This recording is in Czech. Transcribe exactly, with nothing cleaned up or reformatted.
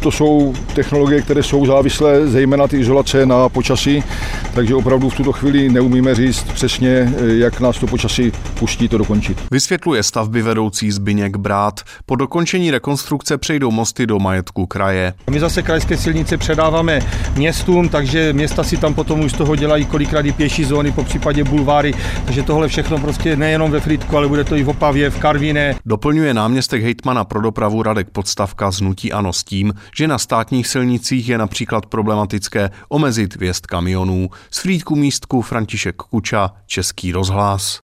to jsou technologie, které jsou závislé zejména ty izolace na počasí, takže opravdu v tuto chvíli neumíme říct přesně, jak nás to počasí pustí to dokončit. Vysvětluje stavby vedoucí Zbyněk Brát. Po dokončení rekonstrukce přejdou mosty do majetku kraje. My zase krajské silnice předáváme městům, takže města si tam potom už z toho dělají kolikrát i pěší zóny, po případě bulváry, takže tohle všechno prostě nejenom ve Frýdku, ale bude to i v Opavě, v Karviné. Doplňuje náměstek hejtmana pro dopravu Radek Podstavka z hnutí ANO s tím, že na státních silnicích je například problematické omezit vjezd kamionů. Z Frýdku Místku František Kuča, Český rozhlas.